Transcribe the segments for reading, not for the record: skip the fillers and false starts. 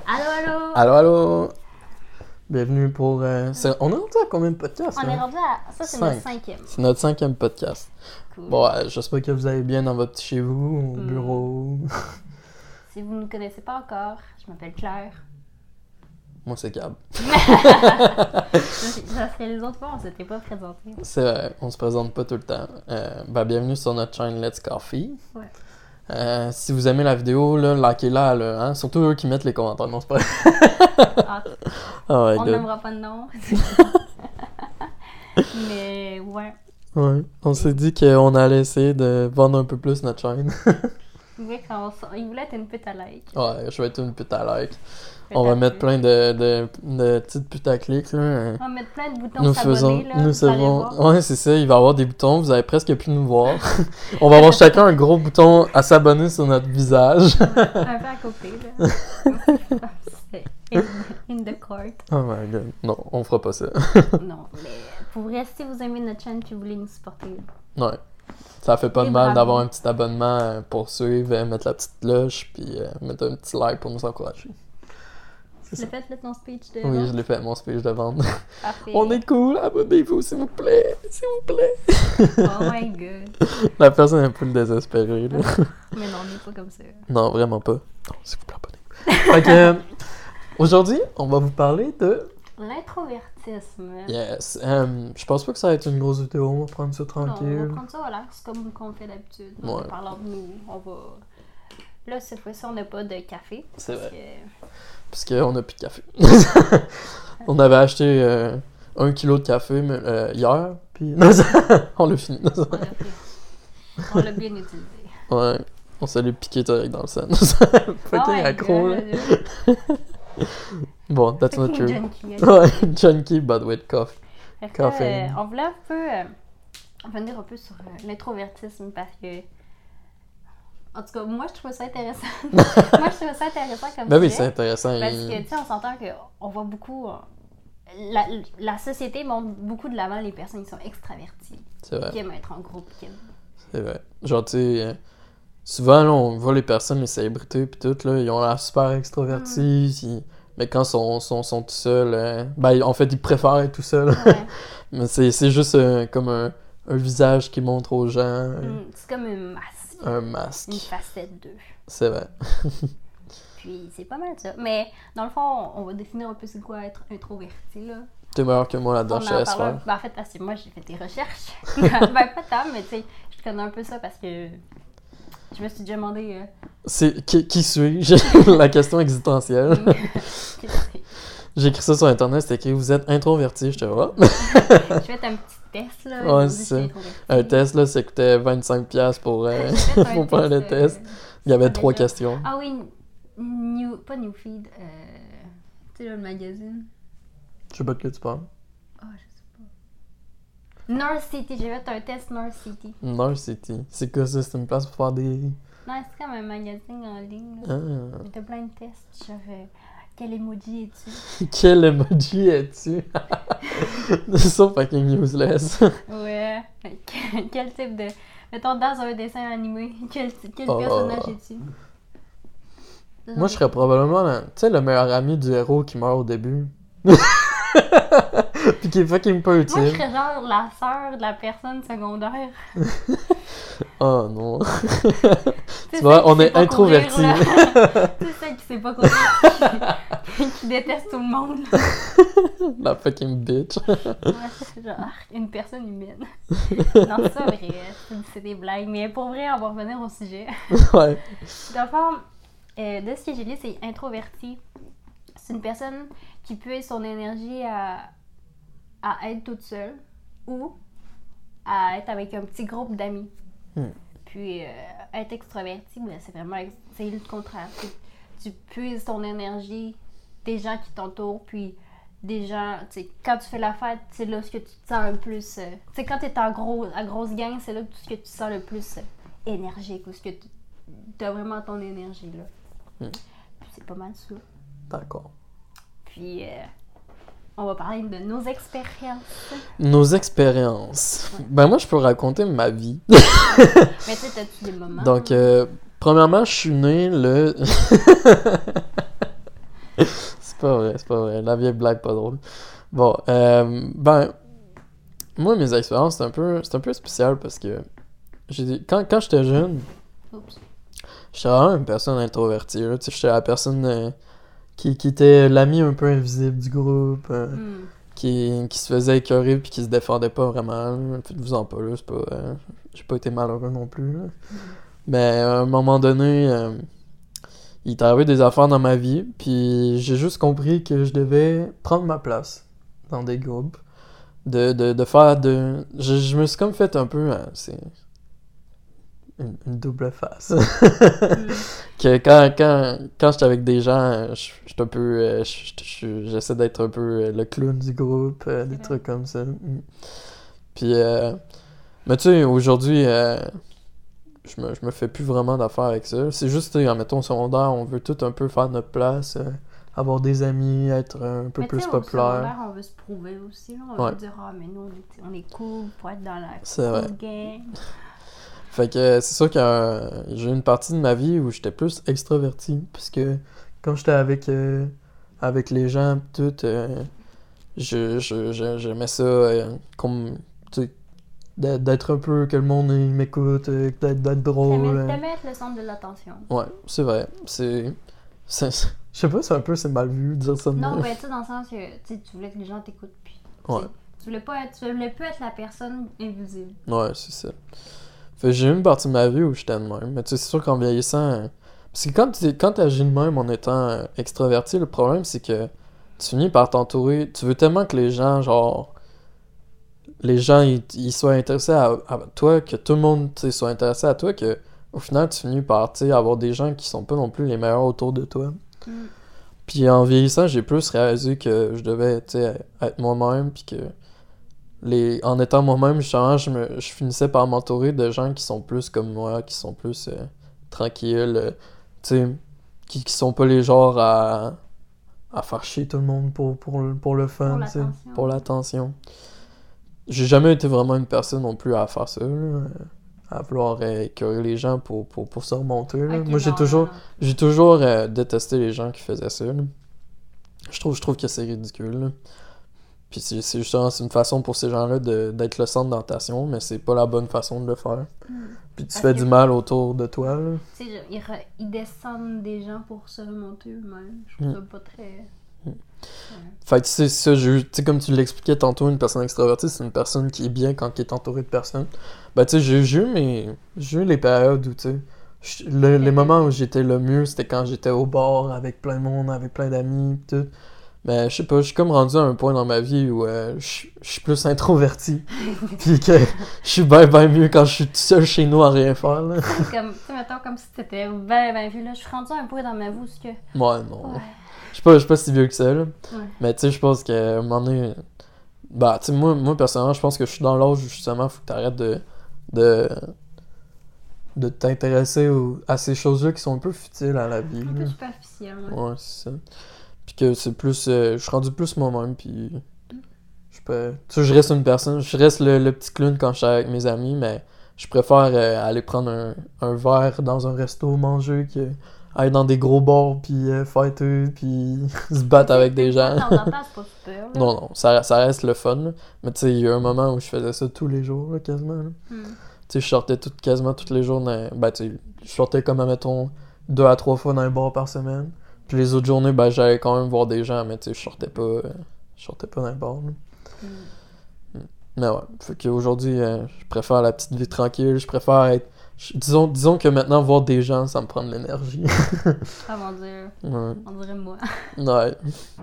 Allô? Allô? Bienvenue pour... On est rendu à combien de podcasts? On est rendu à... Ça, c'est notre 5e. C'est notre 5e podcast. Cool. Bon, j'espère que vous allez bien dans votre chez vous, au bureau. Si vous ne nous connaissez pas encore, je m'appelle Claire. Moi, c'est Gab. Ça serait les autres fois, on s'était pas présenté. C'est vrai, on se présente pas tout le temps. Bienvenue sur notre chaîne Let's Coffee. Ouais. Si vous aimez la vidéo, là, likez-la, là, hein? Surtout eux qui mettent les commentaires. Non, c'est pas Ah, oh on n'aimera pas de nom. Mais ouais. Ouais, on s'est dit qu'on allait essayer de vendre un peu plus notre chaîne. Il voulait être une pute à like. Ouais, je vais être une pute à like. On va mettre plein de petites putaclics, là. On va mettre plein de boutons s'abonner, là. Nous faisons... Ouais, c'est ça, il va y avoir des boutons, vous avez presque pu nous voir. On va avoir chacun un gros bouton à s'abonner sur notre visage. Un peu à côté, là. C'est in the court. Oh my god. Non, on fera pas ça. Non, mais pour vrai, si vous aimez notre chaîne et vous voulez nous supporter. Ouais. Ça fait pas Et de mal bravo. d'avoir un petit abonnement pour suivre, mettre la petite cloche, puis mettre un petit like pour nous encourager. Tu l'as fait, là, ton speech de... Oui, je l'ai fait, mon speech de vente. Parfait. On est cool, abonnez-vous, s'il vous plaît, s'il vous plaît. Oh my god. La personne est un peu désespérée, là. Mais non, on n'est pas comme ça. Non, vraiment pas. Non, s'il vous plaît, abonnez-vous. Fait que, aujourd'hui, on va vous parler de... L'introvertisme. Yes. Je pense pas que ça va être une grosse vidéo, on va prendre ça Non, tranquille. on va prendre ça relax, comme qu'on fait d'habitude. On va Ouais. parler de nous. On va... Là, cette fois-ci, on n'a pas de café. C'est parce vrai. Parce qu'on a plus de café. On avait acheté 1 kilo de café hier, puis on l'a fini. On l'a bien utilisé. Ouais, on s'est allé piquer direct dans le sang. Fucking my accro, là. God. Bon, that's not Fucking true. junkie. Ouais, junkie, but with coffee. Fait que, Café. on voulait un peu revenir un peu sur l'introvertisme parce que, en tout cas, moi je trouvais ça intéressant. Comme Ben oui, sujet, c'est intéressant. parce que, tu sais, on s'entend qu'on voit beaucoup. La société montre beaucoup de l'avant les personnes qui sont extraverties, C'est vrai. qui aiment être en groupe, qui aiment. C'est vrai. Genre, tu sais, souvent, là, on voit les personnes, les célébrités, pis tout, là, ils ont l'air super extrovertis, mais quand ils sont tout seuls, ben, en fait, ils préfèrent être tout seuls. Ouais. Mais c'est juste comme un visage qui montre aux gens, C'est comme une masse, un masque. une facette d'eux. C'est vrai. Puis c'est pas mal ça. Mais dans le fond, on va définir un peu c'est quoi être introverti, là. T'es meilleur que moi là-dedans, On je en te laisse parle faire. ben, en fait, parce que moi, j'ai fait des recherches. Ben, pas tant, mais tu sais, je connais un peu ça parce que je me suis déjà demandé... C'est qui suis-je? La question existentielle. J'ai écrit ça sur internet, c'était écrit vous êtes introverti, je te vois. J'ai fait un petit test, là. Ouais, ils m'ont dit c'est que ça. j'étais introvertie. Un test, là, ça coûtait 25$ pour J'ai fait un faire le test. Il y avait 3 déjà. questions. Ah oui, pas Newfeed, tu sais, là, le magazine. Je sais pas de quoi tu parles. Ah, je sais pas. North City, j'ai fait un test North City. North City. C'est quoi ça? C'est une place pour faire des... Non, c'est comme un magazine en ligne. Ah. T'as plein de tests, genre, quel emoji es-tu? Quel emoji es-tu? C'est so fucking useless. Ouais. Quel type de... Mettons, dans un dessin animé, quel Oh. personnage es-tu? Moi, je serais probablement, tu sais, le meilleur ami du héros qui meurt au début. Puis qui est fucking pas Moi, je utile. serais genre la sœur de la personne secondaire. Oh non. Tu vois, on est introvertis. Tu sais, celle qui sait pas courir, qui déteste tout le monde. Là. La fucking bitch. Ouais, c'est genre une personne humaine. Non, c'est pas vrai, c'est des blagues. Mais pour vrai, on va revenir au sujet. Ouais. Dans le fond, de ce que j'ai lu, c'est introverti. C'est une personne qui puise son énergie à être toute seule ou à être avec un petit groupe d'amis. Puis être extraverti, ben, c'est vraiment c'est le contraire. Tu puises ton énergie des gens qui t'entourent, puis des gens, tu sais, quand tu fais la fête, c'est là ce que tu te sens le plus. Tu sais, quand t'es à grosse gang, c'est là tout ce que tu sens le plus énergique, ou ce que tu as vraiment ton énergie là. Puis c'est pas mal ça. D'accord. Puis on va parler de nos expériences. Nos expériences. Ouais. Ben moi, je peux raconter ma vie. Mais tu sais, t'as-tu des moments? Donc, premièrement, je suis né le... c'est pas vrai. La vieille blague pas drôle. Bon, ben, moi, mes expériences, c'est un peu spécial parce que quand j'étais jeune, Oups. j'étais vraiment une personne introvertie, là. Tu sais, j'étais la personne qui était l'ami un peu invisible du groupe, qui se faisait écœurer puis qui se défendait pas vraiment. Faites-vous-en pas, là, c'est pas... j'ai pas été malheureux non plus, là. Mais à un moment donné, il est arrivé des affaires dans ma vie, puis j'ai juste compris que je devais prendre ma place dans des groupes, de faire de... Je me suis comme fait un peu... c'est une double face. Que quand j'étais avec des gens, j'étais un peu... j'essaie d'être un peu le clown du groupe, des trucs comme ça. Puis... mais tu sais, aujourd'hui... je me fais plus vraiment d'affaires avec ça. C'est juste, admettons, au secondaire, on veut tout un peu faire notre place, avoir des amis, être un peu plus populaire. Au secondaire, on veut se prouver aussi. Là. On veut dire, mais nous, on est cool pour être dans la cool gang. Fait que c'est sûr que j'ai eu une partie de ma vie où j'étais plus extraverti. Parce que quand j'étais avec les gens, tout, j'aimais ça comme... d'être un peu que le monde m'écoute, d'être drôle. T'aimais être le centre de l'attention. Ouais, c'est vrai. Je sais pas, c'est mal vu de dire ça de moi. Non, ben tu sais, dans le sens que tu voulais que les gens t'écoutent, puis tu voulais plus être la personne invisible. Ouais, c'est ça. Fait que j'ai eu une partie de ma vie où j'étais de même. Mais tu sais, c'est sûr qu'en vieillissant... Parce que quand t'agis de même en étant extraverti, le problème, c'est que tu finis par t'entourer... Tu veux tellement que les gens, genre... Les gens, ils soient intéressés à toi, que tout le monde, soit intéressé à toi, que au final, tu finis par, avoir des gens qui sont pas non plus les meilleurs autour de toi. Puis en vieillissant, j'ai plus réalisé que je devais, être moi-même, puis que en étant moi-même, justement, je finissais par m'entourer de gens qui sont plus comme moi, qui sont plus tranquilles, qui sont pas les genres à faire chier tout le monde pour le fun, pour l'attention. J'ai jamais été vraiment une personne non plus à faire ça, là, à vouloir écœurer les gens pour se remonter. Là. Okay, moi, j'ai toujours détesté les gens qui faisaient ça. Là. Je trouve que c'est ridicule. Là. Puis c'est justement une façon pour ces gens-là d'être le centre d'attention, mais c'est pas la bonne façon de le faire. Puis tu fais du mal autour de toi. Là. Tu sais, ils descendent des gens pour se remonter eux-mêmes. Je trouve ça pas très... Fait que c'est ça, comme tu l'expliquais tantôt, une personne extravertie, c'est une personne qui est bien quand elle est entourée de personnes. Ben tu sais, j'ai eu les périodes où, tu sais, les moments où j'étais le mieux, c'était quand j'étais au bar avec plein de monde, avec plein d'amis, pis tout. Mais je sais pas, je suis comme rendu à un point dans ma vie où je suis plus introverti. Pis que je suis ben mieux quand je suis tout seul chez nous à rien faire, là. Tu sais, mettons, comme si t'étais ben vieux, là. Je suis rendu à un point dans ma vie où ce que... Ouais, non. Ouais. Je suis pas si vieux que ça, là. Ouais. Mais tu sais, je pense qu'à un moment donné... Bah, tu sais, moi, personnellement, je pense que je suis dans l'âge où, justement, faut que t'arrêtes de t'intéresser à ces choses-là qui sont un peu futiles à la vie. Un peu superficielles, ouais, c'est ça. Puis que c'est plus... je suis rendu plus moi-même, puis... Tu sais, je reste une personne... Je reste le petit clown quand je suis avec mes amis, mais je préfère aller prendre un verre dans un resto, manger, que... aller dans des gros bars, puis fighter, puis se battre avec des gens. C'est pas super, là. Non, ça reste le fun. Là. Mais tu sais, il y a un moment où je faisais ça tous les jours, là, quasiment. Là. Tu sais, je sortais quasiment tous les jours. Ben, tu sais, je sortais comme, mettons, 2 à 3 fois dans un bar par semaine. Puis les autres journées, ben, j'allais quand même voir des gens, mais tu sais, je sortais pas dans un bar. Là. Mais ouais, fait qu'aujourd'hui, je préfère la petite vie tranquille. Je préfère être... Disons que maintenant, voir des gens, ça me prend de l'énergie. Ah mon Dieu. Ouais. On dirait moi. Ouais.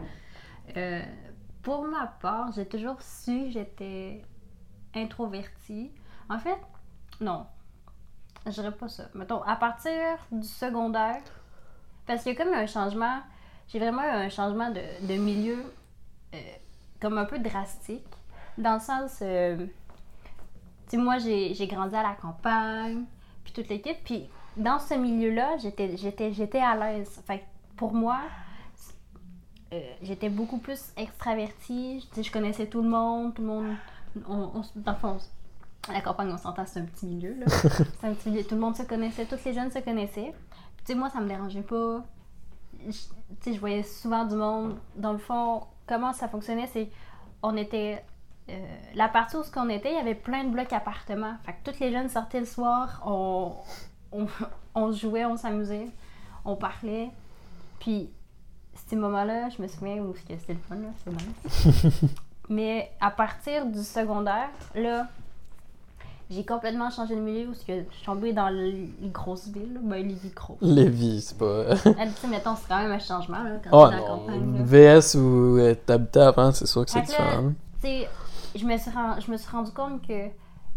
Pour ma part, j'ai toujours su que j'étais introvertie. En fait, non. Je dirais pas ça. Mettons, à partir du secondaire, parce qu'il y a comme un changement, j'ai vraiment eu un changement de milieu comme un peu drastique. Dans le sens, tu sais, moi, j'ai grandi à la campagne, puis toute l'équipe, puis dans ce milieu-là, j'étais à l'aise. Fait que pour moi, j'étais beaucoup plus extravertie. Tu sais, je connaissais tout le monde, dans le fond, à la campagne, on s'entend, c'est un petit milieu, là. C'est un petit milieu, tout le monde se connaissait, tous les jeunes se connaissaient. Puis, tu sais, moi, ça me dérangeait pas. je voyais souvent du monde. Dans le fond, comment ça fonctionnait, c'est on était... la partie où on était, il y avait plein de blocs appartements. Fait que tous les jeunes sortaient le soir, on jouait, on s'amusait, on parlait. Puis, ces moments-là, je me souviens où c'était le fun, là, c'est nice. Mais à partir du secondaire, là, j'ai complètement changé de milieu parce que je suis tombée dans les grosses villes. Ben, les villes grosses. Lévis, c'est pas... Tu sais, mettons, c'est quand même un changement, là, quand t'es dans la campagne. Là. VS où t'habitais avant, c'est sûr que c'est différent. Tu sais, je me suis rendu compte que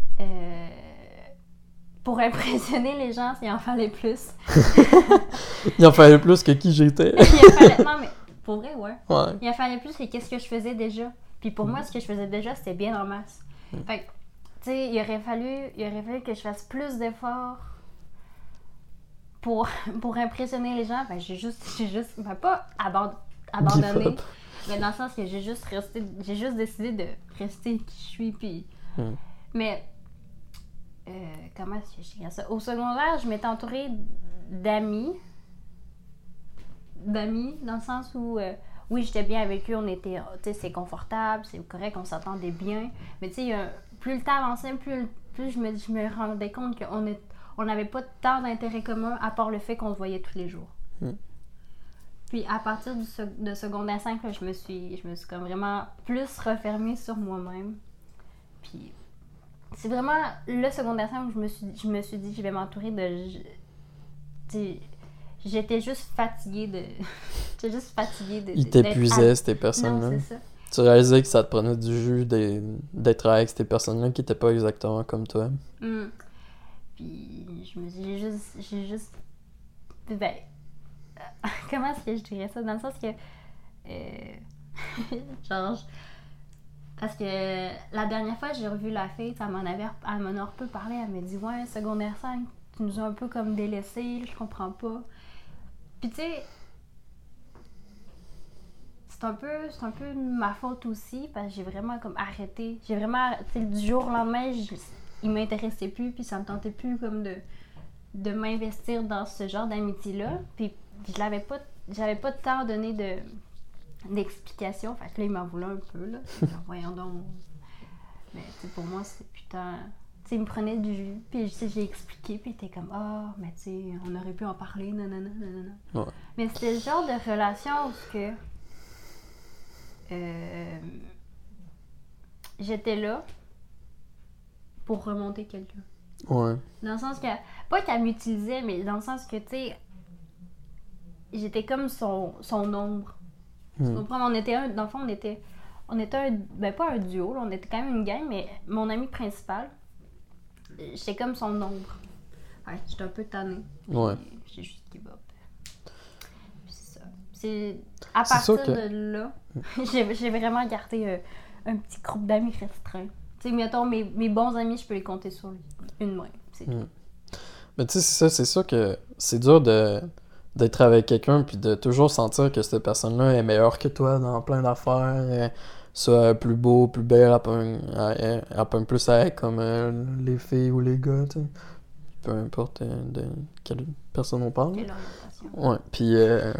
pour impressionner les gens, il en fallait plus. Il en fallait plus que qui j'étais. Non, mais pour vrai, ouais. Il en fallait plus que qu'est-ce que je faisais déjà. Puis pour moi, ce que je faisais déjà, c'était bien en masse. Fait que, tu sais, il aurait fallu que je fasse plus d'efforts pour impressionner les gens. Ben, j'ai juste pas abandonné. Mais dans le sens que j'ai juste décidé de rester qui je suis. Puis... Mais, comment est-ce que je dirais ça? Au secondaire, je m'étais entourée d'amis, dans le sens où, oui, j'étais bien avec eux, on était, tu sais, c'est confortable, c'est correct, on s'entendait bien. Mais tu sais, plus le temps avançait, plus je me rendais compte qu'on n'avait pas tant d'intérêt commun à part le fait qu'on se voyait tous les jours. Puis à partir de secondaire 5, là, je me suis comme vraiment plus refermée sur moi-même. Puis c'est vraiment le secondaire 5 où je me suis dit je vais m'entourer de... J'étais juste fatiguée de... Ils t'épuisaient, ces personnes-là. Non, c'est ça. Tu réalisais que ça te prenait du jus d'être avec ces personnes-là qui n'étaient pas exactement comme toi. Puis je me suis j'ai juste... Ben... Comment est-ce que je dirais ça? Dans le sens que... genre... Parce que la dernière fois, j'ai revu la fille, elle m'en a un peu parlé, elle m'a dit « Ouais, secondaire 5, tu nous as un peu comme délaissés, je comprends pas. » Puis tu sais... C'est un peu ma faute aussi, parce que j'ai vraiment comme arrêté. J'ai vraiment... Tu sais, du jour au lendemain, il m'intéressait plus, puis ça me tentait plus comme de m'investir dans ce genre d'amitié-là. Puis j'avais pas de temps à donner d'explications. Fait que là, il m'en voulait un peu, là. Genre, voyons donc. Mais pour moi, c'est putain... Tu sais, il me prenait du jus, puis j'ai expliqué, puis il était comme « Ah, mais tu sais, on aurait pu en parler, nanana, nanana. » Ouais. Mais c'était le genre de relation où que... j'étais là pour remonter quelqu'un. Ouais. Dans le sens que... Pas qu'elle m'utilisait, mais dans le sens que, tu sais... J'étais comme son ombre. Tu comprends? Dans le fond, on était ben pas un duo, là, on était quand même une gang, mais mon ami principal, j'étais comme son ombre. Ouais, j'étais un peu tannée. Ouais. J'ai juste give up. Puis c'est ça. À partir de là, j'ai vraiment gardé un petit groupe d'amis restreint. Tu sais, mettons, mes bons amis, je peux les compter sur une main. C'est tout. Mais tu sais, c'est ça que c'est dur d'être avec quelqu'un puis de toujours sentir que cette personne-là est meilleure que toi dans plein d'affaires, soit plus beau, plus belle, elle peut plus être comme les filles ou les gars, tu sais. Peu importe de quelle personne on parle. Quelle orientation. Ouais, puis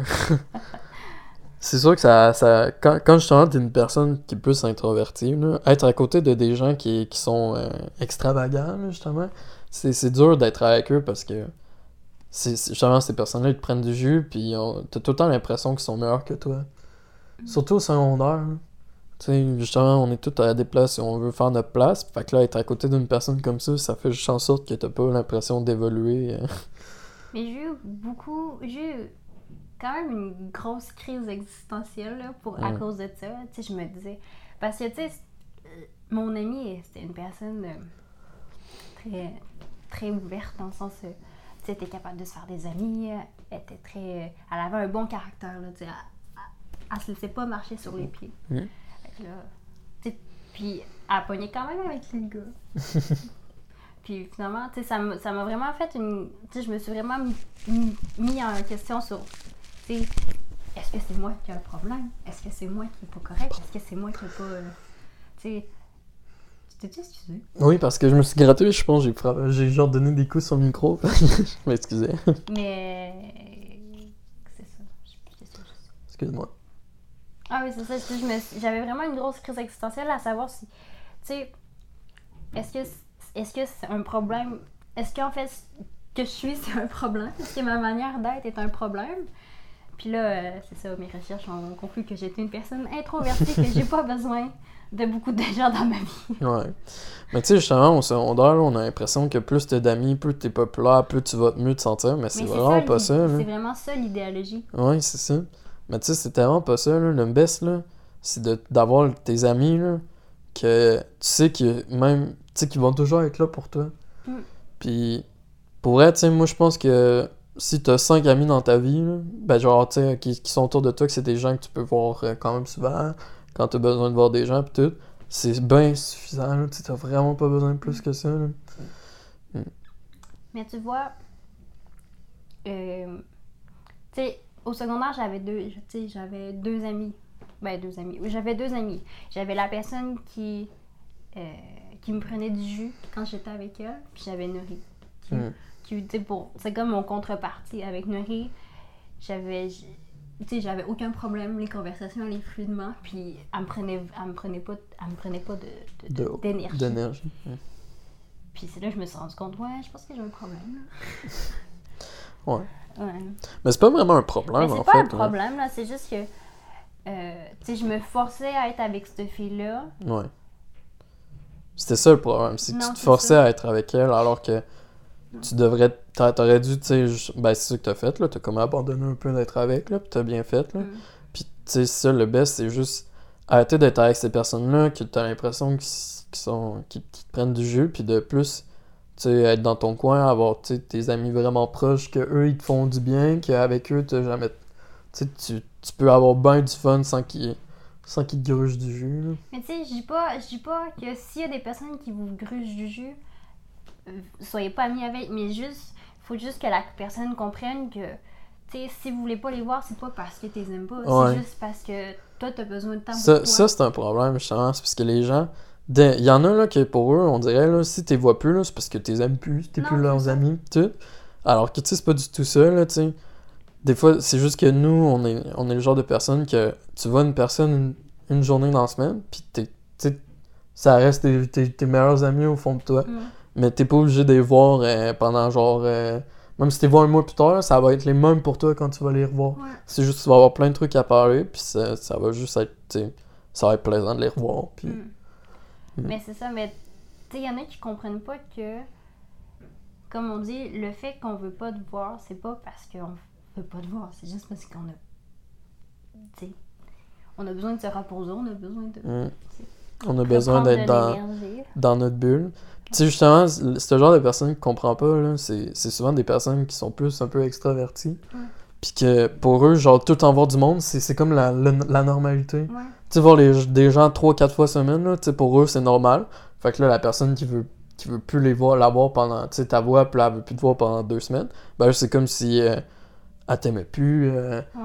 c'est sûr que ça quand justement t'es une personne qui est plus introvertie, là, être à côté de des gens qui sont extravagants, là, justement, c'est dur d'être avec eux parce que justement ces personnes-là ils te prennent du jus puis t'as tout le temps l'impression qu'ils sont meilleurs que toi. Surtout au secondaire, là. Tu sais, justement, on est tous à des places où on veut faire notre place. Fait que là, être à côté d'une personne comme ça fait juste en sorte que t'as pas l'impression d'évoluer. Mais j'ai eu quand même une grosse crise existentielle là, à cause de ça. Tu sais, je me disais... Parce que, tu sais, mon amie, c'était une personne très, très ouverte dans le sens... tu sais, elle était capable de se faire des amis. Elle était très... Elle avait un bon caractère, là, tu sais. Elle se laissait pas marcher sur les pieds. Fait que là... Puis, elle pognait quand même avec les gars. Puis finalement, tu sais, ça m'a vraiment fait une... Tu sais, je me suis vraiment mis en question sur... Tu sais, est-ce que c'est moi qui ai un problème? Est-ce que c'est moi qui est pas correct? Est-ce que c'est moi qui ai pas... tu sais... Tu t'es excusé? Oui, parce que je me suis gratté, je pense, j'ai genre donné des coups sur le micro. Je m'excusais. Mais... C'est ça. Excuse-moi. Ah oui, c'est ça. J'avais vraiment une grosse crise existentielle à savoir si, tu sais, est-ce que c'est un problème? Est-ce qu'en fait, ce que je suis, c'est un problème? Est-ce que ma manière d'être est un problème? Puis là, c'est ça, mes recherches ont conclu que j'étais une personne introvertie, que j'ai pas besoin de beaucoup de gens dans ma vie. Ouais. Mais tu sais, justement, au secondaire, là, on a l'impression que plus t'as d'amis, plus t'es populaire, plus tu vas mieux te sentir, mais c'est vraiment pas ça, là. C'est vraiment ça l'idéologie. Ouais, c'est ça. Mais tu sais, c'est tellement pas ça, là. Le best, là, c'est d'avoir tes amis, là, que tu sais que même, tu sais, qu'ils vont toujours être là pour toi. Puis, pour vrai, tu sais, moi, je pense que si t'as 5 amis dans ta vie, là, ben genre, tu sais, qui sont autour de toi, que c'est des gens que tu peux voir quand même souvent, quand t'as besoin de voir des gens, pis tout, c'est bien suffisant, là. Tu sais, t'as vraiment pas besoin de plus que ça, là. Mais tu vois, tu sais, au secondaire, j'avais deux amis. Ben, deux amis. Oui, j'avais deux amis. J'avais la personne qui me prenait du jus quand j'étais avec elle, puis j'avais Nuri. C'est comme mon contrepartie. Avec Nuri, j'avais aucun problème, les conversations allaient fluidement, puis elle me prenait pas d'énergie. Puis c'est là que je me suis rendu compte, ouais, je pense que j'ai un problème, là. Ouais. Mais c'est pas vraiment un problème, en fait. C'est pas un problème, là, c'est juste que, tu sais, je me forçais à être avec cette fille-là. Ouais. C'était ça le problème, c'est que tu te forçais à être avec elle, alors que tu t'aurais dû, tu sais, ben c'est ça que t'as fait, là, t'as comme abandonné un peu d'être avec, là, pis t'as bien fait, là. Pis, tu sais, ça, le best, c'est juste arrêter d'être avec ces personnes-là, que t'as l'impression qu'ils te prennent du jeu, pis de plus, tu sais, être dans ton coin, avoir, tu sais, tes amis vraiment proches, que eux ils te font du bien, qu'avec eux, t'as jamais, tu sais, tu peux avoir bien du fun sans qu'ils te grugent du jus, là. Mais tu sais, je dis pas que s'il y a des personnes qui vous grugent du jus, soyez pas amis avec, mais faut juste que la personne comprenne que, tu sais, si vous voulez pas les voir, c'est pas parce que t'es aimes pas, c'est juste parce que toi, t'as besoin de temps pour toi. Ça, c'est un problème, justement, c'est parce que les gens, il y en a, là, que pour eux, on dirait, là, si t'es vois plus, là, c'est parce que t'es aimes plus, t'es plus leurs amis, tout. Alors que, tu sais, c'est pas du tout ça, là, tu sais. Des fois, c'est juste que nous, on est le genre de personne que tu vois une personne une journée dans la semaine, pis ça reste tes meilleurs amis au fond de toi. Mais t'es pas obligé de les voir pendant genre... même si t'es voir un mois plus tard, ça va être les mêmes pour toi quand tu vas les revoir. Ouais. C'est juste que tu vas avoir plein de trucs à parler, puis ça va juste être... ça va être plaisant de les revoir. Puis... Mais c'est ça, mais tu sais, il y en a qui comprennent pas que, comme on dit, le fait qu'on veut pas te voir, c'est pas parce qu'on veut pas te voir, c'est juste parce qu'on a... Tu sais, on a besoin de se reposer, on a besoin de... On a besoin d'être dans notre bulle. Tu sais, justement, ce genre de personne qui comprend pas, là, c'est souvent des personnes qui sont plus un peu extraverties. Puis que pour eux, genre, tout le temps voir du monde, c'est comme la normalité. Tu sais, voir des gens 3-4 fois semaine, là, tu sais, pour eux, c'est normal. Fait que là, la personne qui veut plus la voir pendant, tu sais, ta voix, puis là, elle veut plus te voir pendant 2 semaines, ben là, c'est comme si elle t'aimait plus.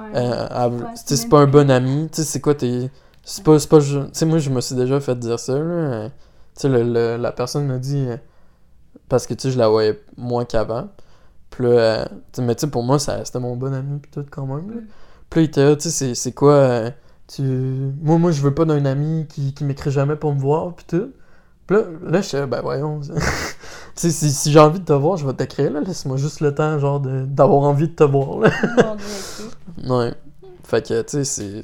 C'est pas un bon ami. Tu sais, c'est quoi tes... C'est pas tu sais, moi, je me suis déjà fait dire ça, là. Tu sais, la personne m'a dit... parce que, tu sais, je la voyais moins qu'avant. Puis là, mais tu sais, pour moi, ça restait mon bon ami, pis tout, quand même, là. Puis là, il était là, tu sais, c'est quoi... Moi, je veux pas d'un ami qui m'écrit jamais pour me voir, pis tout. Puis là, je sais, ben voyons... tu sais, si j'ai envie de te voir, je vais t'écrire, là. Laisse-moi juste le temps, genre, d'avoir envie de te voir, là. Ouais. Fait que, tu sais,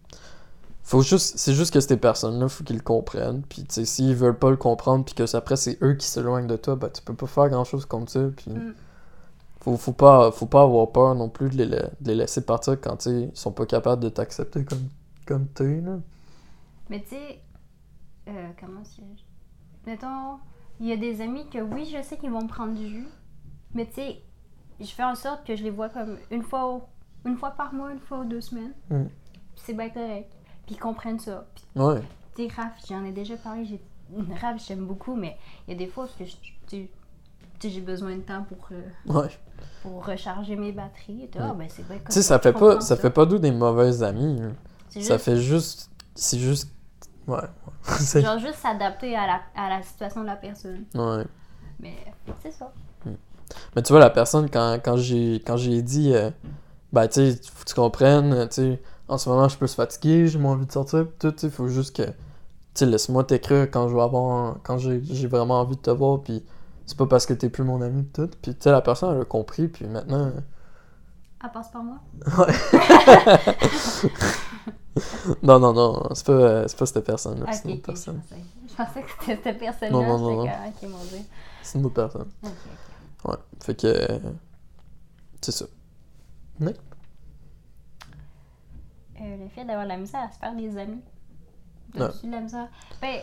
c'est juste que ces personnes-là, faut qu'ils le comprennent. Puis, tu sais, s'ils veulent pas le comprendre, puis que après, c'est eux qui s'éloignent de toi, ben, tu peux pas faire grand-chose comme ça. Puis, faut pas avoir peur non plus de les laisser partir quand, tu sais, ils sont pas capables de t'accepter comme t'es, là. Mais, tu sais, comment c'est... Mettons, il y a des amis que, oui, je sais qu'ils vont me prendre du jus, mais, tu sais, je fais en sorte que je les vois comme une fois par mois, une fois ou 2 semaines. Puis c'est bien correct. Puis ils comprennent ça. Puis, tu sais, Raph, j'en ai déjà parlé. Raph, j'aime beaucoup, mais il y a des fois où j'ai besoin de temps pour recharger mes batteries. Et ben, c'est vrai que tu sais, ça fait pas d'où des mauvaises amies. Ça fait juste... C'est juste... Ouais. Genre juste s'adapter à la situation de la personne. Ouais. Mais c'est ça. Mais tu vois, la personne, quand j'ai dit... ben, tu sais, faut que tu comprennes, tu sais... en ce moment, je suis plus fatigué, j'ai moins envie de sortir, pis tout, tu sais, faut juste que, tu sais, laisse-moi t'écrire quand j'ai vraiment envie de te voir, pis c'est pas parce que t'es plus mon ami, pis tout. Pis, tu sais, la personne, elle a compris, pis maintenant... Elle passe par moi? Ouais. Non, c'est pas cette personne-là, Ok, c'est une autre ok, personne. je pensais que c'était cette personne-là. Non. J'étais comme, ok, mon Dieu. C'est une autre personne. Ok. Ouais, fait que... c'est ça. Ouais. Le fait d'avoir de la misère à se faire des amis. Ouais. As-tu de la misère? Ben,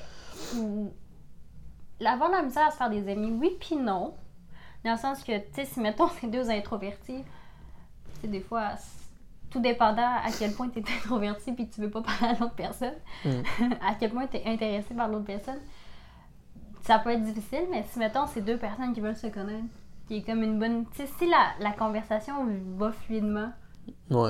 avoir de la misère à se faire des amis, oui puis non. Dans le sens que, tu sais, si mettons c'est deux introvertis, tu sais, des fois, tout dépendant à quel point tu es introverti puis que tu veux pas parler à l'autre personne, à quel point tu es intéressé par l'autre personne, ça peut être difficile, mais si mettons c'est deux personnes qui veulent se connaître, qui est comme une bonne... Tu sais, si la conversation va fluidement, Ouais.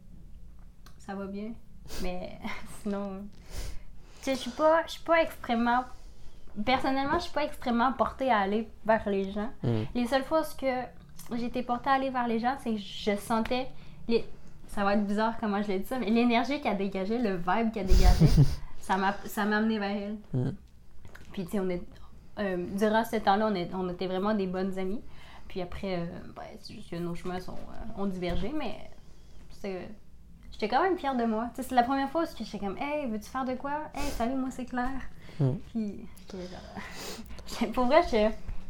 ça va bien. Mais sinon, tu sais, je suis pas extrêmement... Personnellement, je suis pas extrêmement portée à aller vers les gens. Les seules fois où j'ai été portée à aller vers les gens, c'est que je sentais... Ça va être bizarre comment je l'ai dit ça, mais l'énergie qu'elle dégageait, le vibe qu'elle dégageait, ça m'a amené vers elle. Puis, tu sais, durant ce temps-là, on était vraiment des bonnes amies. Puis après, c'est juste que nos chemins ont divergé, mais j'étais quand même fière de moi. Tu sais, c'est la première fois où j'étais comme « Hey, veux-tu faire de quoi? Hey, salut, moi c'est Claire. » Puis, j'étais genre... Pour vrai, j'étais...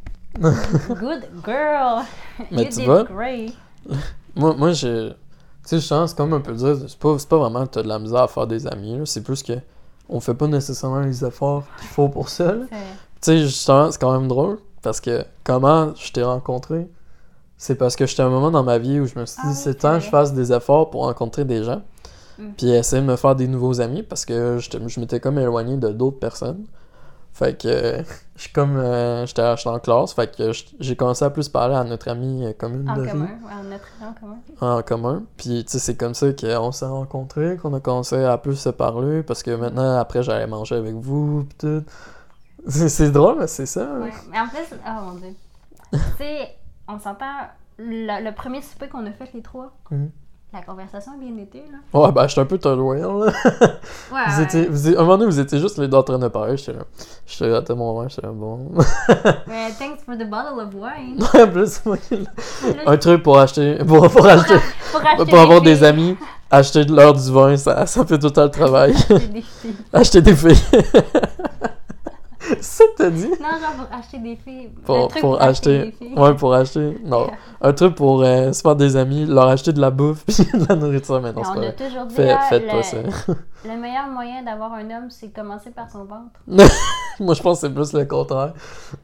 Good girl! Mais You tu did vois, great! moi je... Tu sais, je pense comme un peu dire, c'est pas vraiment que t'as de la misère à faire des amis, là, c'est plus que on fait pas nécessairement les efforts qu'il faut pour ça, là. Tu sais, justement, c'est quand même drôle, parce que comment je t'ai rencontré, c'est parce que j'étais à un moment dans ma vie où je me suis dit, c'est temps que je fasse des efforts pour rencontrer des gens, puis essayer de me faire des nouveaux amis, parce que je m'étais comme éloigné de d'autres personnes. Fait que j'étais en classe, fait que j'ai commencé à plus parler à notre amie commune de commun, vie. à notre ami en commun. En commun. Puis tu sais, c'est comme ça qu'on s'est rencontrés, qu'on a commencé à plus se parler, parce que maintenant, après, j'allais manger avec vous, pis tout. C'est drôle, mais c'est ça. Ouais, mais en plus, oh mon Dieu. Tu sais, on s'entend, le premier souper qu'on a fait les trois, la conversation a bien été, là. Ouais, ben, j'étais un peu Todd Whale, là. Ouais. À un moment donné, vous étiez juste les deux en train de parler, j'étais gratté mon verre, j'étais bon. Ouais, thanks for the bottle of wine. Ouais, en plus, moi, un truc pour acheter, pour avoir des amis, acheter de l'heure du vin, ça fait tout le temps le travail. Acheter des filles. Acheter des filles. C'est ça que t'as dit? Non, genre pour acheter des filles. Pour acheter des filles. Ouais, pour acheter. Non. Un truc pour se faire des amis, leur acheter de la bouffe puis de la nourriture. Mais non, c'est pas on a vrai. toujours dit Faites pas ça. Le meilleur moyen d'avoir un homme, c'est de commencer par son ventre. Moi, je pense que c'est plus le contraire.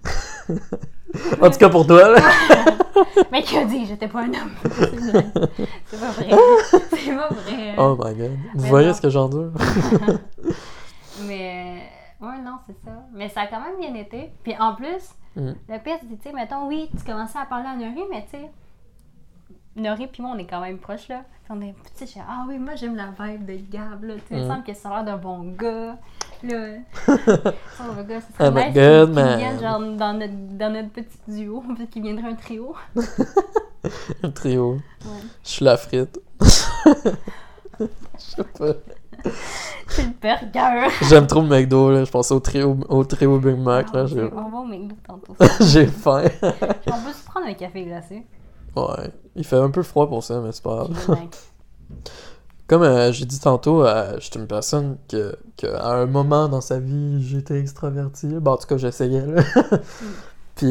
En tout cas, pour toi, là. Mais qui a dit que j'étais pas un homme? C'est pas vrai. C'est pas vrai. Oh my god. Vous voyez ce que j'endure? Mais... ouais, non, c'est ça. Mais ça a quand même bien été. Puis en plus, le pire, c'est, tu sais, mettons, oui, tu commençais à parler à Nori, mais tu sais, Nori puis moi, on est quand même proches, là. On est, tu sais, ah oui, moi, j'aime la vibe de Gab, là. Tu sais, il me semble que ça a l'air d'un bon gars, là. Oh my god, ça serait nice qu'il vienne, genre, dans notre petit duo, qu'il viendrait un trio. Un trio. Ouais. Je suis la frite. Je sais pas. C'est le burger. J'aime trop le McDo, là. Je pense au trio Big Mac, là. On va au McDo tantôt. J'ai faim. On peut se prendre un café glacé. Ouais. Il fait un peu froid pour ça, mais c'est pas grave. Comme j'ai dit tantôt, j'étais une personne que à un moment dans sa vie, j'étais extraverti. Bon, en tout cas, j'essayais, là. Puis,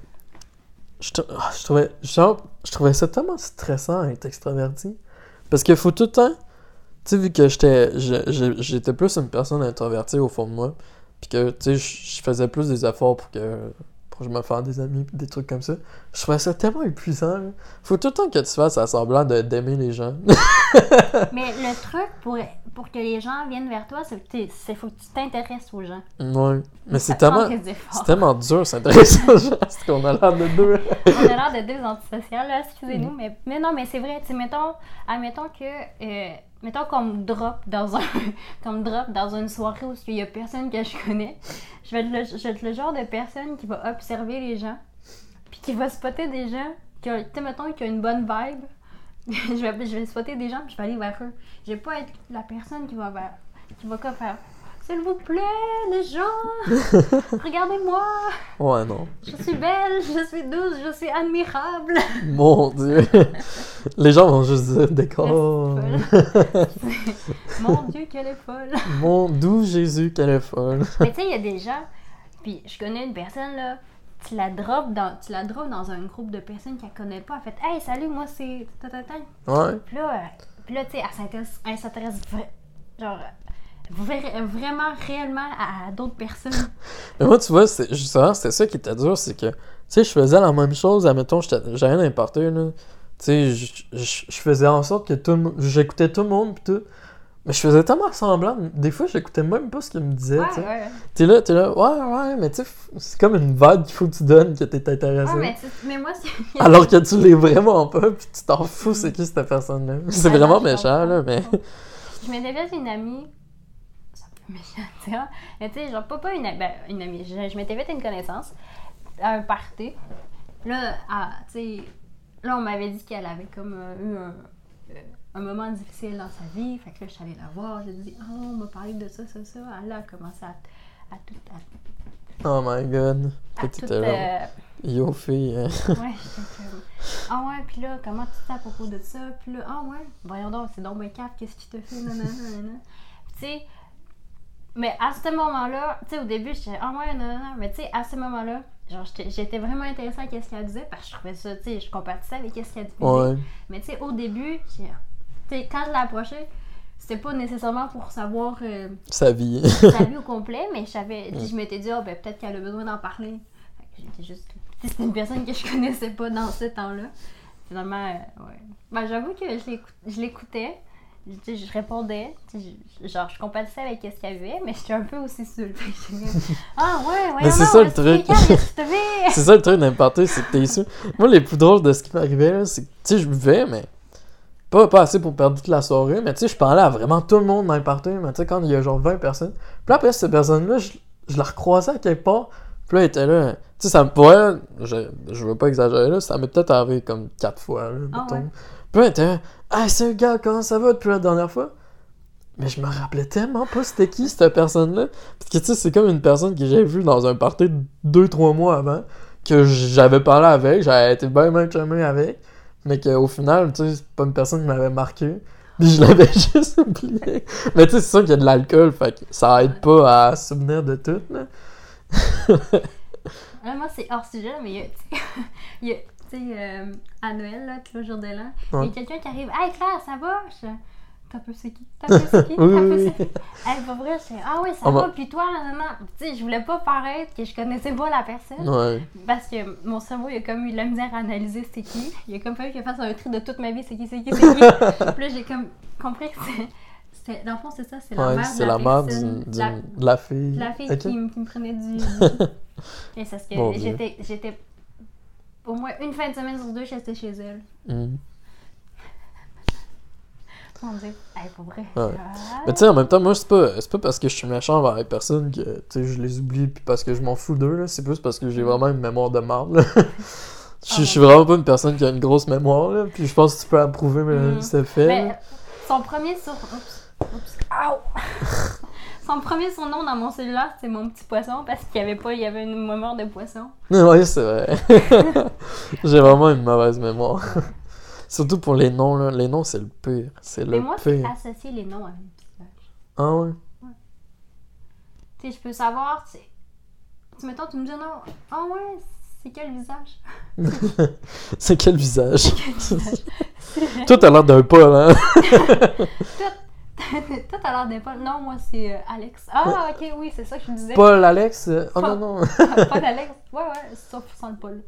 je trouvais ça tellement stressant d'être extraverti. Parce qu'il faut tout le temps... Tu sais, vu que j'étais plus une personne introvertie au fond de moi, puis que, tu sais, je faisais plus des efforts pour que je me fasse des amis, des trucs comme ça, je trouvais ça tellement épuisant, là. Faut tout le temps que tu fasses à semblant d'aimer les gens. Mais le truc pour que les gens viennent vers toi, c'est faut que tu t'intéresses aux gens. Ouais, mais c'est tellement dur s'intéresser aux gens, parce qu'on a l'air de deux. On a l'air de deux antisociales, là, excusez-nous, mais non, mais c'est vrai, tu sais, admettons que... mettons qu'on me drop dans une soirée où il y a personne que je connais. Je vais être le genre de personne qui va observer les gens, puis qui va spotter des gens qui ont, tu sais, mettons, qui ont une bonne vibe, je vais spotter des gens puis je vais aller vers eux. Je vais pas être la personne qui va comme faire s'il vous plaît, les gens, regardez-moi, Ouais, non. je suis belle, je suis douce, je suis admirable. Mon Dieu. Les gens vont juste dire décor. Mon Dieu, qu'elle est folle. Mon doux Jésus, qu'elle est folle. Mais tu sais, il y a des gens, puis je connais une personne là, tu la drops dans un groupe de personnes qu'elle connaît pas. Elle fait hey, salut, moi c'est. Ouais. Puis là, tu sais, elle s'intéresse genre vraiment, réellement à d'autres personnes. Mais moi, tu vois, justement, c'était ça qui était dur, c'est que, tu sais, je faisais la même chose, admettons, j'avais rien importé, là. Tu sais, je faisais en sorte que j'écoutais tout le monde, pis tout. Mais je faisais tellement semblant. Des fois, j'écoutais même pas ce qu'ils me disaient, tu sais. Ouais. T'es là, ouais, mais tu sais, c'est comme une vibe qu'il faut que tu donnes que t'es intéressé. Ouais, mais moi, c'est... Alors que tu l'es vraiment pas, pis tu t'en fous, c'est qui cette personne-là. C'est vraiment méchant, là, mais... Je m'étais fait une amie... méchant, tu vois. Mais tu sais, genre, pas une amie. Je m'étais fait une connaissance à un party. Là, tu sais, là, on m'avait dit qu'elle avait comme eu un moment difficile dans sa vie. Fait que là, je suis allée la voir. J'ai dit, oh, on m'a parlé de ça. Elle a commencé à tout. Oh my god. Petite yo, fille. Ouais, j'étais comme, ah ouais, puis là, comment tu te sens à propos de ça? Puis là, ah ouais, voyons donc, c'est donc ben cave, qu'est-ce qui te fait? Nanana. Tu sais, mais à ce moment-là, tu sais, au début, j'étais ah ouais, non, mais tu sais, à ce moment-là, genre, j'étais vraiment intéressée à ce qu'elle disait parce que je trouvais ça, tu sais, je compatissais avec ce qu'elle disait. Ouais. Mais tu sais, au début, tu sais, quand je l'ai approchée, c'était pas nécessairement pour savoir sa vie au complet, mais je m'étais dit, oh, ben peut-être qu'elle a besoin d'en parler. Fait que j'étais juste. C'était une personne que je connaissais pas dans ce temps-là. Finalement, ouais. Ben, j'avoue que je l'écoutais. Je répondais, genre je compatissais avec ce qu'il y avait, mais j'étais un peu aussi seule. Ah ouais, mais c'est ça le truc. C'est ça le truc d'importer, c'est que t'es sûr. Moi, les plus drôles de ce qui m'arrivait, là, c'est que, tu sais, je buvais, mais pas assez pour perdre toute la soirée, mais tu sais, je parlais à vraiment tout le monde dans le party, mais tu sais, quand il y a genre 20 personnes. Puis après, cette personne-là, je la recroisais à quelque part, puis là, elle était là. Tu sais, ça me pourrait, je veux pas exagérer, là, ça m'est peut-être arrivé comme 4 fois, là, mettons. Ouais. Puis là, elle était là, hey, c'est le gars, comment ça va depuis la dernière fois? Mais je me rappelais tellement pas c'était qui cette personne-là. Parce que tu sais, c'est comme une personne que j'avais vue dans un party 2-3 mois avant, que j'avais parlé avec, j'avais été bien chumé avec, mais qu'au final, tu sais, c'est pas une personne qui m'avait marqué. Puis je l'avais juste oublié. Mais tu sais, c'est sûr qu'il y a de l'alcool, fait que ça aide pas à se souvenir de tout, là. Moi, c'est hors sujet, mais il y a tu sais, à Noël, là, tout le jour de l'an, il y a quelqu'un qui arrive. Hey Claire, ça va? T'as peu c'est qui? Oui. Hey, pas vrai, je ah oui, ça va, puis toi, non. Tu sais, je voulais pas paraître que je connaissais pas la personne. Ouais. Parce que mon cerveau, il a comme eu de la misère à analyser c'était qui. Il a comme fallu que je fasse un tri de toute ma vie, c'est qui. Puis là, j'ai comme compris que c'était. Dans le fond, c'est ça, c'est la mère c'est la mère de la fille. La fille qui me prenait du. Et c'est ce que j'étais. Au moins une fin de semaine sur 2, j'étais chez elle. Mon Dieu, pour vrai. Ouais. Mais tu sais, en même temps, moi, c'est pas parce que je suis méchant envers les personnes que tu sais, je les oublie puis parce que je m'en fous d'eux, là. C'est plus parce que j'ai vraiment une mémoire de marde, là. Je suis vraiment pas une personne qui a une grosse mémoire, là. Puis je pense que tu peux approuver ce fait. Mais son premier son premier surnom dans mon cellulaire, c'était mon petit poisson parce qu'il y avait une mémoire de poisson. Oui, c'est vrai. J'ai vraiment une mauvaise mémoire. Surtout pour les noms, là. Les noms, c'est le pire. C'est le pire. Mais moi, c'est associer les noms à un visage. Ah ouais? Tu sais, je peux savoir, mettons, tu me dis non. Ah ouais, c'est quel visage? C'est quel visage? Toi, t'as l'air d'un Paul, hein? Toi, t'as l'air d'un Paul. Non, moi, c'est Alex. Ah, ok, oui, c'est ça que je disais. Paul, Alex? Oh non. Paul, Alex? Ouais, sauf sans le Paul.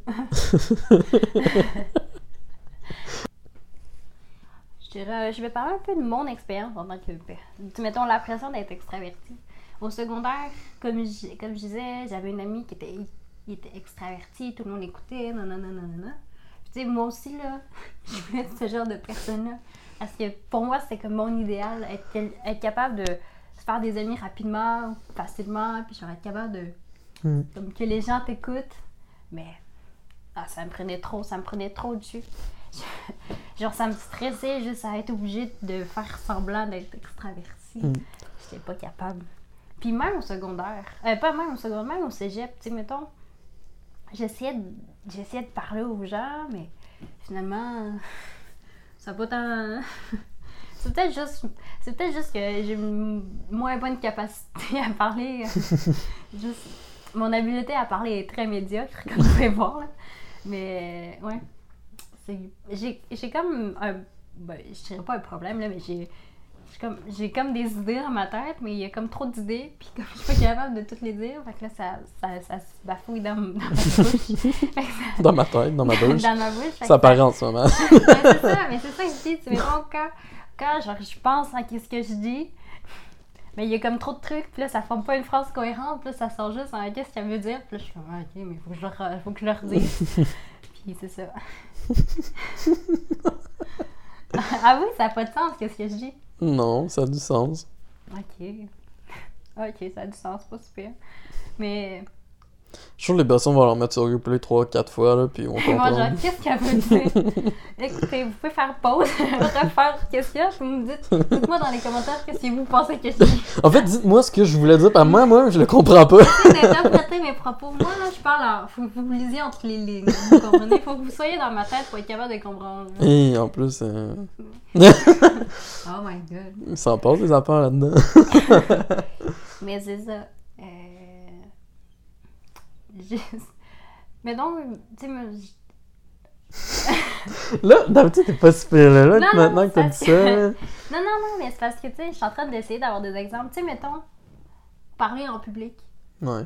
Je vais parler un peu de mon expérience en tant que... Mettons, l'impression d'être extravertie. Au secondaire, comme je disais, j'avais une amie qui était extravertie, tout le monde écoutait, nanana. Puis tu sais, moi aussi, là, je voulais être ce genre de personne-là. Parce que pour moi, c'était comme mon idéal, être capable de se faire des amis rapidement, facilement, puis genre être capable de... Comme que les gens t'écoutent. Mais ça me prenait trop dessus. Genre, ça me stressait juste à être obligée de faire semblant d'être extravertie. J'étais pas capable. Puis même au secondaire, pas même au secondaire, même au cégep, tu sais, mettons, j'essayais de parler aux gens, mais finalement, ça n'a pas tant... C'est peut-être juste que j'ai une moins bonne capacité à parler. Juste, mon habileté à parler est très médiocre, comme vous pouvez voir, là. Mais, ouais. J'ai comme un... Ben, je dirais pas un problème, là, mais j'ai comme des idées dans ma tête, mais il y a comme trop d'idées, puis comme je suis pas capable de toutes les dire, fait que là, ça se bafouille dans ma bouche. Dans ma tête, dans ma bouche. Dans ma bouche. Ça paraît en ce moment. Mais c'est ça que je dis, tu sais, quand genre, je pense à ce que je dis, mais il y a comme trop de trucs, puis là, ça forme pas une phrase cohérente, puis là, ça sort juste en qu'est-ce qu'elle veut dire, puis là, je suis comme, ok, mais faut que je leur dise. Puis c'est ça. Ah oui, ça n'a pas de sens, qu'est-ce que je dis? Non, ça a du sens. Ok, ça a du sens, pas super. Mais... Je trouve que les personnes vont leur mettre sur replay 3-4 fois, là, puis on comprend. Moi, genre, qu'est-ce qu'elle veut dire? Écoutez, vous pouvez faire pause, refaire qu'est-ce qu'il y a, puis vous me dites-moi dans les commentaires qu'est-ce que vous pensez que je dis. En fait, dites-moi ce que je voulais dire, parce que moi, je le comprends pas. Essayez d'interpréter mes propos. Moi, là, je parle faut que vous lisiez entre les lignes, vous comprenez? Faut que vous soyez dans ma tête pour être capable de comprendre. Et en plus... Oh my god. Il s'en passe des affaires là-dedans. Mais c'est ça. Mais donc, tu sais, Là, d'habitude, t'es pas super là, Non, maintenant que t'as dit ça. Non, mais c'est parce que, tu sais, je suis en train d'essayer d'avoir des exemples. Tu sais, mettons, parler en public. Ouais.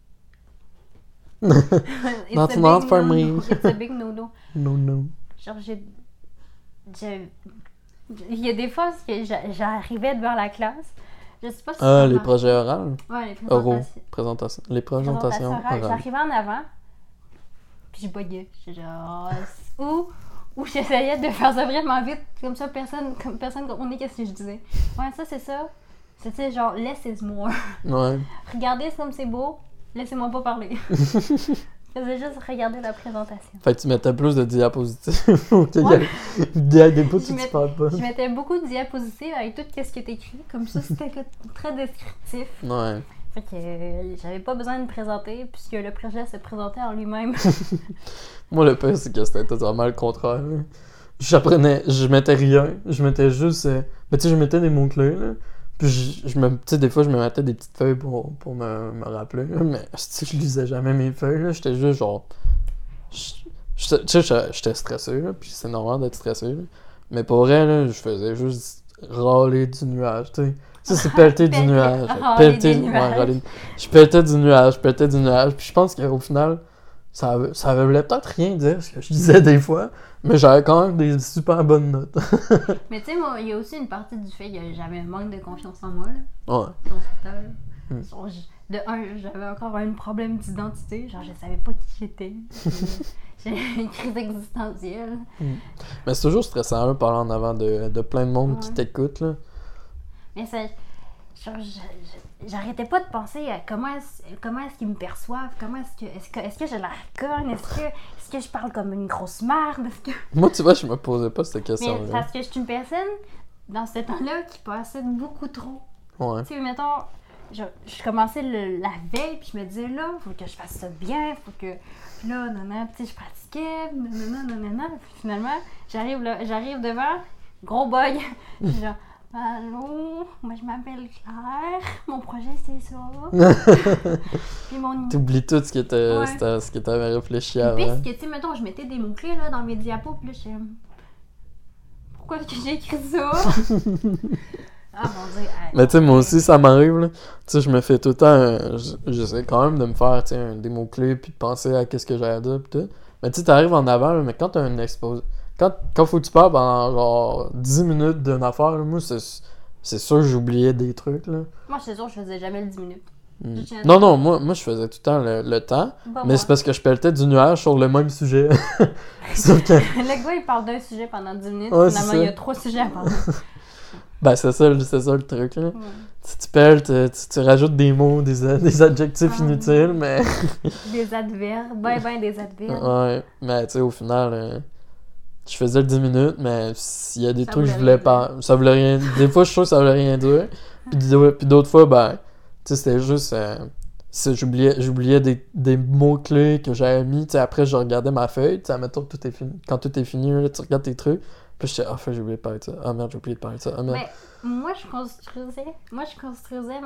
It's That's a not big for no-no. me. It's a big no-no. No. Genre, il y a des fois que j'arrivais devant la classe. Je sais pas si Ah, les projets oraux? Ouais, les Oraux. présentations. Les présentations orales. J'arrivais en avant, puis je buguais. J'étais genre... Ou j'essayais de faire ça vraiment vite, comme ça personne comprenait qu'est-ce que je disais. Ouais, ça c'est ça. C'était genre less is more. Ouais. Regardez comme c'est beau, laissez-moi pas parler. Je faisais juste regarder la présentation. Fait que tu mettais plus de diapositives. Ok, Ouais. il y a des bouts où tu parles pas. Je mettais beaucoup de diapositives avec tout ce qui est écrit, comme ça c'était très descriptif. Ouais. Fait que j'avais pas besoin de me présenter, puisque le projet se présentait en lui-même. Moi, le pire, c'est que c'était totalement le contraire. Là. Je mettais rien. Je mettais juste... Ben, tu sais, je mettais des mots-clés, là. Puis, tu sais, des fois, je me mettais des petites feuilles pour me rappeler, là. Mais, tu sais, je lisais jamais mes feuilles, là. J'étais juste, genre... Tu sais, j'étais stressé, là. Puis, c'est normal d'être stressé, là. Mais pour vrai, là, je faisais juste râler du nuage, tu sais. Ça, c'est pelleter du nuage. Je pelletais du nuage. Puis, je pense qu'au final... Ça voulait peut-être rien dire, ce que je disais des fois, mais j'avais quand même des super bonnes notes. Mais tu sais, moi, il y a aussi une partie du fait que j'avais un manque de confiance en moi, là. Ouais. De un, j'avais encore un problème d'identité, genre je savais pas qui j'étais. J'ai une crise existentielle. Mais c'est toujours stressant, là, parler en avant de plein de monde qui t'écoute, là. Mais ça... Genre, j'arrêtais pas de penser à comment est-ce qu'ils me perçoivent, est-ce que j'ai l'air conne, est-ce que je parle comme une grosse merde, Moi, tu vois, je me posais pas cette question-là. Mais parce que je suis une personne, dans ce temps-là, qui passait beaucoup trop. Ouais. Tu sais, mettons, je commençais la veille, puis je me disais, là, faut que je fasse ça bien, faut que... Puis là, tu sais, je pratiquais, puis finalement, j'arrive devant, gros bug, genre... Allô, moi je m'appelle Claire, mon projet c'est ça. Puis T'oublies tout ce que t'avais réfléchi avant. Puis ce que tu sais, mettons, je mettais des mots-clés là, dans mes diapos, puis là je pourquoi que j'ai écrit ça? Ah mon dieu. Mais tu sais, moi aussi ça m'arrive là. Tu sais, je me fais tout le temps, j'essaie quand même de me faire des mots-clés, puis de penser à qu'est-ce que j'ai à dire, pis tout. Mais tu sais, t'arrives en avant, là, mais quand t'as une exposé. Quand faut que tu parles pendant genre 10 minutes d'une affaire, là, moi c'est sûr que j'oubliais des trucs là. Moi c'est sûr que je faisais jamais le 10 minutes. Non, moi je faisais tout le temps le temps, mais c'est parce que je pelletais du nuage sur le même sujet. Sauf que... Le gars il parle d'un sujet pendant 10 minutes, finalement il y a 3 sujets à parler. Ben c'est ça le truc là. Tu pelles, tu rajoutes des mots, des adjectifs inutiles, mais... Des adverbes, ben des adverbes. Ouais, mais tu sais au final... je faisais le 10 minutes, mais s'il y a des Ça trucs que je voulait voulais rien pas. Ça voulait rien. Des fois, je trouve que ça voulait rien dire. Puis d'autres fois, ben, tu sais, c'était juste. J'oubliais des mots-clés que j'avais mis. Tu sais, après, je regardais ma feuille. Tu sais, admettons que tout est fini. Quand tout est fini, là, tu regardes tes trucs. Puis j'étais, ah, j'ai oublié de parler de ça. Ah merde, j'ai oublié de parler de ça. Ah merde. Mais moi, je construisais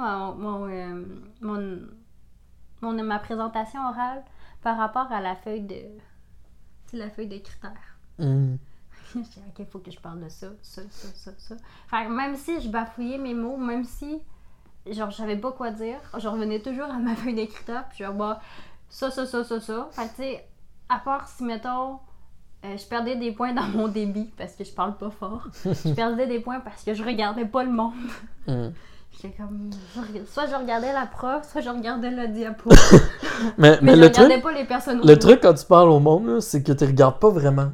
ma présentation orale par rapport à la feuille de. C'est la feuille de critères. Mm. Je disais, ok, il faut que je parle de ça. Fait que même si je bafouillais mes mots, même si genre j'avais pas quoi dire, je revenais toujours à ma feuille de critères, puis genre, bah, ça. Fait que tu sais, à part si, mettons, je perdais des points dans mon débit parce que je parle pas fort, je perdais des points parce que je regardais pas le monde. Mm. J'étais comme. Soit je regardais la prof, soit je regardais le diapo. Mais Mais je le regardais truc. pas les personnes Le truc quand tu parles au monde, là, c'est que tu regardes pas vraiment.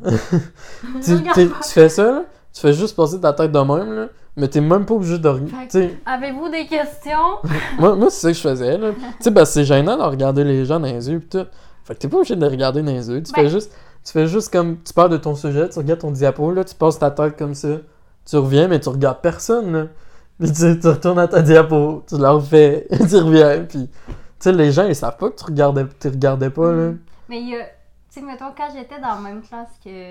tu fais ça, là, tu fais juste passer ta tête de même, là, mais t'es même pas obligé de regarder. Avez-vous des questions? moi, c'est ça que je faisais. Là. Tu sais, ben, c'est gênant de regarder les gens dans les yeux pis tout. Fait que t'es pas obligé de les regarder dans les yeux. Tu fais juste comme. Tu parles de ton sujet, tu regardes ton diapo, là, tu passes ta tête comme ça. Tu reviens, mais tu regardes personne, là. Puis tu retournes à ta diapo, tu la refais, tu reviens, puis... Tu sais, les gens, ils savent pas que tu regardais pas, là. Mais il y a... Tu sais, mettons, quand j'étais dans la même classe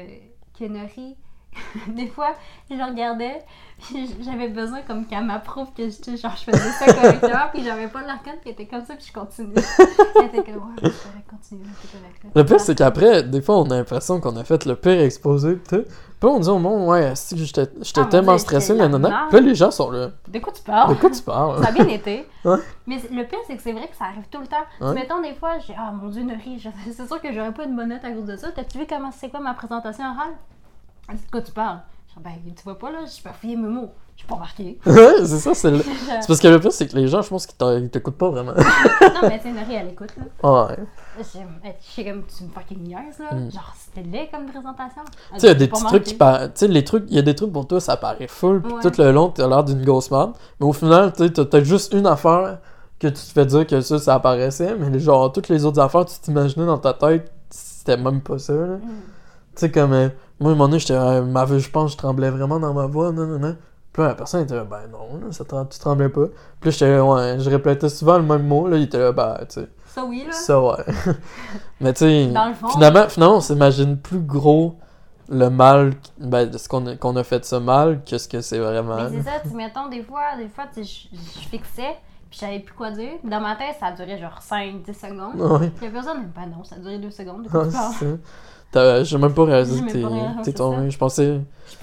que Nori, des fois, je le regardais, puis j'avais besoin comme qu'elle m'approuve que genre, je faisais ça correctement, puis j'avais pas de la reconnaître, puis elle était comme ça, puis je continuais. Elle était comme, ouais, c'est correct, continue, c'est correct. Là. Le pire, c'est qu'après, des fois, on a l'impression qu'on a fait le pire exposé, pis tout. Puis on dit au monde, ouais, si j'étais tellement stressé, nanana. Puis là, les gens sont là. De quoi tu parles? De quoi tu parles? Ça a bien été. Ouais. Mais le pire, c'est que c'est vrai que ça arrive tout le temps. Ouais. Mettons, des fois, j'ai ah mon Dieu, Nori, c'est sûr que j'aurais pas une bonne note à cause de ça. T'as-tu vu comment c'est quoi ma présentation orale? Elle dit, de quoi tu parles? Je dis, ben, tu vois pas là, j'ai pas fouillé mes mots. J'ai pas remarqué. Ouais, c'est ça, c'est parce que le pire, c'est que les gens, je pense qu'ils t'écoutent pas vraiment. Non, mais tu sais, Nori, elle écoute, là. Ouais. Je sais comme, tu me fucking niaises, là. Genre, c'était laid comme présentation. Tu sais, il y a des petits trucs qui paraissent. Tu sais, il y a des trucs pour toi, ça paraît full, pis tout le long, t'as l'air d'une grosse merde. Mais au final, tu sais, t'as peut-être juste une affaire que tu te fais dire que ça apparaissait, mais genre, toutes les autres affaires, tu t'imaginais dans ta tête, c'était même pas ça, là. Tu sais, comme. Moi, à un moment donné, je pense que je tremblais vraiment dans ma voix, non. Puis là, la personne était là, ben non, là, tu tremblais pas. Puis là, je répétais souvent le même mot, là, il était là, ben, tu sais. Ça, oui, là. Ça, ouais. Mais tu sais, fond, finalement, on s'imagine plus gros le mal, ben, de ce qu'on a fait de ça mal que ce que c'est vraiment. Mais c'est ça, tu mettons, des fois, tu sais, je fixais, puis je savais plus quoi dire. Dans ma tête, ça a duré genre 5-10 secondes. Ouais. Puis la personne, ben non, ça a duré 2 secondes. De Ah, quoi tu parles? c'est ça. J'ai même pas réalisé J'ai même pas réalisé, que c'est t'es tombé. Je pensais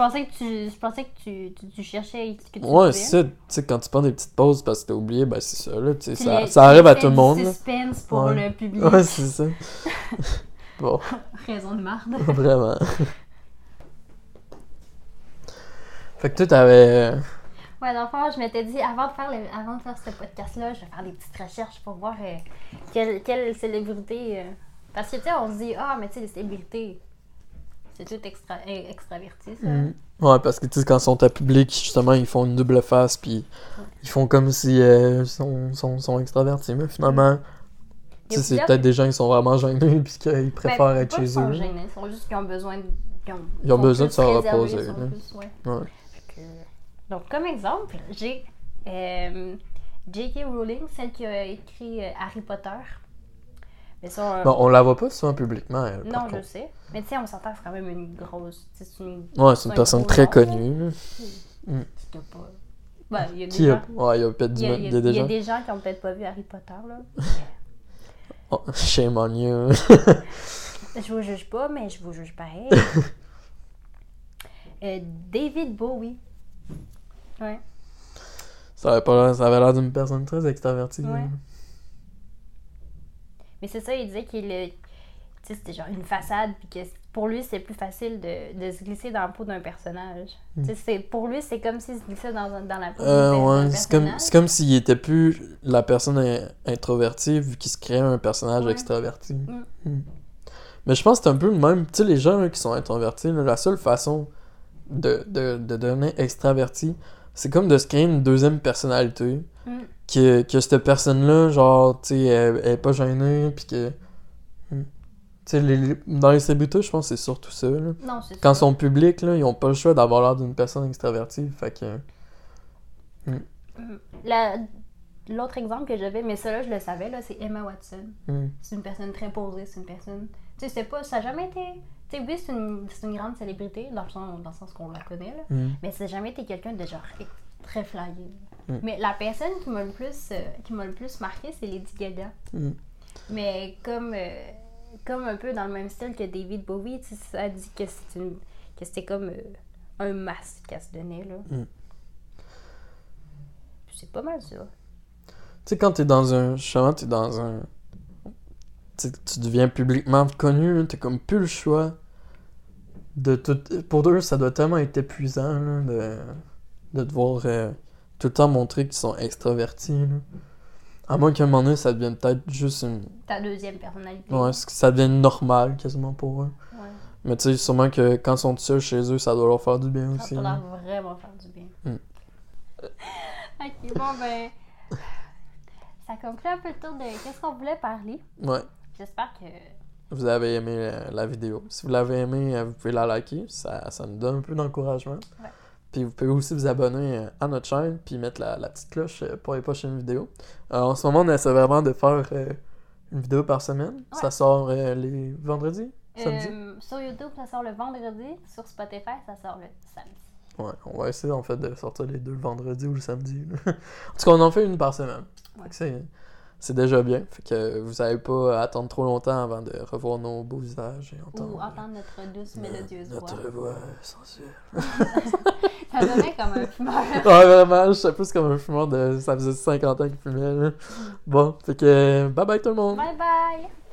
que tu cherchais ce que tu ouais, disais. c'est ça. Tu sais, quand tu prends des petites pauses parce que t'as oublié, ben c'est ça, là. Tu sais, Tu ça arrive à fais tout le du monde. Là. suspense pour Ouais. le public. Ouais, c'est ça. Bon, Raison de marde. vraiment. Fait que toi, t'avais. Ouais, dans le fond, je m'étais dit, avant de faire ce podcast-là, je vais faire des petites recherches pour voir quelle célébrité... Parce que, tu sais, on se dit, ah, mais tu sais, les célébrités, c'est tout extraverti, ça. Ouais, parce que tu sais, quand ils sont à public, justement, ils font une double face, puis ils font comme si sont extravertis, mais finalement, tu sais, c'est peut-être des gens qui sont vraiment gênés, puis qu'ils préfèrent être chez eux. Ils sont gênés, ils sont juste qu'ils ont besoin de... Ils ont besoin de se réservés, reposer. ils sont Là. plus, ouais. Ouais. Donc, comme exemple, j'ai J.K. Rowling, celle qui a écrit Harry Potter. Mais ça, Bon, on la voit pas souvent publiquement, elle, par non, je contre. sais. Mais tu sais, on s'entend, c'est quand même une grosse... Ouais, c'est une personne très connue. C'était pas... Ben, il y a des Qui gens... Ouais, il y a peut-être Il y des a gens. des gens qui ont peut-être pas vu Harry Potter, là. Oh, shame on you. Je vous juge pas, mais je vous juge pareil. David Bowie. Ouais. Ça avait l'air d'une personne très extravertie. Ouais. Là. Mais c'est ça, il disait qu'il... Tu sais, c'était genre une façade, puis que pour lui, c'est plus facile de se glisser dans la peau d'un personnage. Tu sais, pour lui, c'est comme s'il se glissait dans la peau d'un Ouais, personnage. c'est comme s'il était plus la personne introvertie vu qu'il se créait un personnage extraverti. Mais je pense que c'est un peu le même. Tu sais, les gens là, qui sont introvertis, là, la seule façon de devenir extraverti, c'est comme de se créer une deuxième personnalité. Que cette personne-là, genre, tu sais, elle est pas gênée, pis que... Tu sais, dans les célébrités, je pense que c'est surtout ça, là. Non, c'est Quand ils ça. sont publics, là, ils ont pas le choix d'avoir l'air d'une personne extravertie, fait que... L'autre exemple que j'avais, mais ça là, je le savais, là, c'est Emma Watson. Mm. C'est une personne très posée, c'est une personne... Tu sais, c'est pas... Ça n'a jamais été... Tu sais, oui, c'est une grande célébrité, dans le sens qu'on la connaît, là. Mais ça n'a jamais été quelqu'un de genre très flyé. Mais la personne qui m'a le plus marqué, c'est Lady Gaga. Mais comme un peu dans le même style que David Bowie, tu sais, ça a dit que c'était comme un masque qu'elle se donnait, là. C'est pas mal ça. Tu sais, quand t'es dans un... Justement, t'es dans un... Tu deviens publiquement connu, là, t'as comme plus le choix de tout... Pour eux, ça doit tellement être épuisant, là, de devoir tout le temps montrer qu'ils sont extravertis, là. À moins qu'à un moment donné, ça devienne peut-être juste une... Ta deuxième personnalité. Ouais, ça devienne normal, quasiment, pour eux. Ouais. Mais tu sais, sûrement que quand ils sont seuls chez eux, ça doit leur faire du bien Ça aussi. doit là. leur vraiment faire du bien. Ok, bon ben... Ça conclut un peu le tour de qu'est-ce qu'on voulait parler. Ouais. J'espère que... Vous avez aimé la vidéo. Si vous l'avez aimé, vous pouvez la liker. Ça nous donne un peu d'encouragement. Ouais. Puis vous pouvez aussi vous abonner à notre chaîne puis mettre la petite cloche pour les prochaines vidéos. En ce moment, on essaie vraiment de faire une vidéo par semaine. Ouais. Ça sort les vendredis, samedi. Sur YouTube, ça sort le vendredi. Sur Spotify, ça sort le samedi. Ouais, on va essayer en fait de sortir les deux le vendredi ou le samedi. En tout cas, on en fait une par semaine. Ouais. Fait que c'est déjà bien. Fait que vous n'allez pas attendre trop longtemps avant de revoir nos beaux visages et entendre... Ou entendre notre douce, mélodieuse voix. Notre voix sensuelle. Ça donnait comme un fumeur. Ouais, vraiment, je sais plus comme un fumeur de... Ça faisait 50 ans qu'il fumait, là. Bon, fait que... Bye bye tout le monde! Bye bye!